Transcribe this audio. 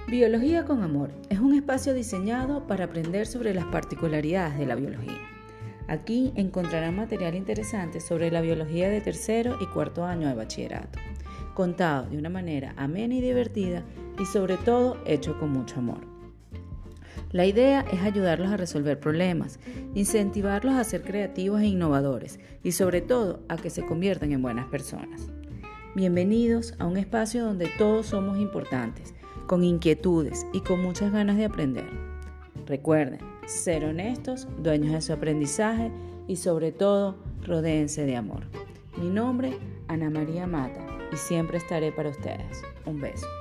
Biología con Amor es un espacio diseñado para aprender sobre las particularidades de la biología. Aquí encontrarán material interesante sobre la biología de tercero y cuarto año de bachillerato, contado de una manera amena y divertida y sobre todo hecho con mucho amor. La idea es ayudarlos a resolver problemas, incentivarlos a ser creativos e innovadores y sobre todo a que se conviertan en buenas personas. Bienvenidos a un espacio donde todos somos importantes, con inquietudes y con muchas ganas de aprender. Recuerden, ser honestos, dueños de su aprendizaje y sobre todo, rodéense de amor. Mi nombre, Ana María Mata, y siempre estaré para ustedes. Un beso.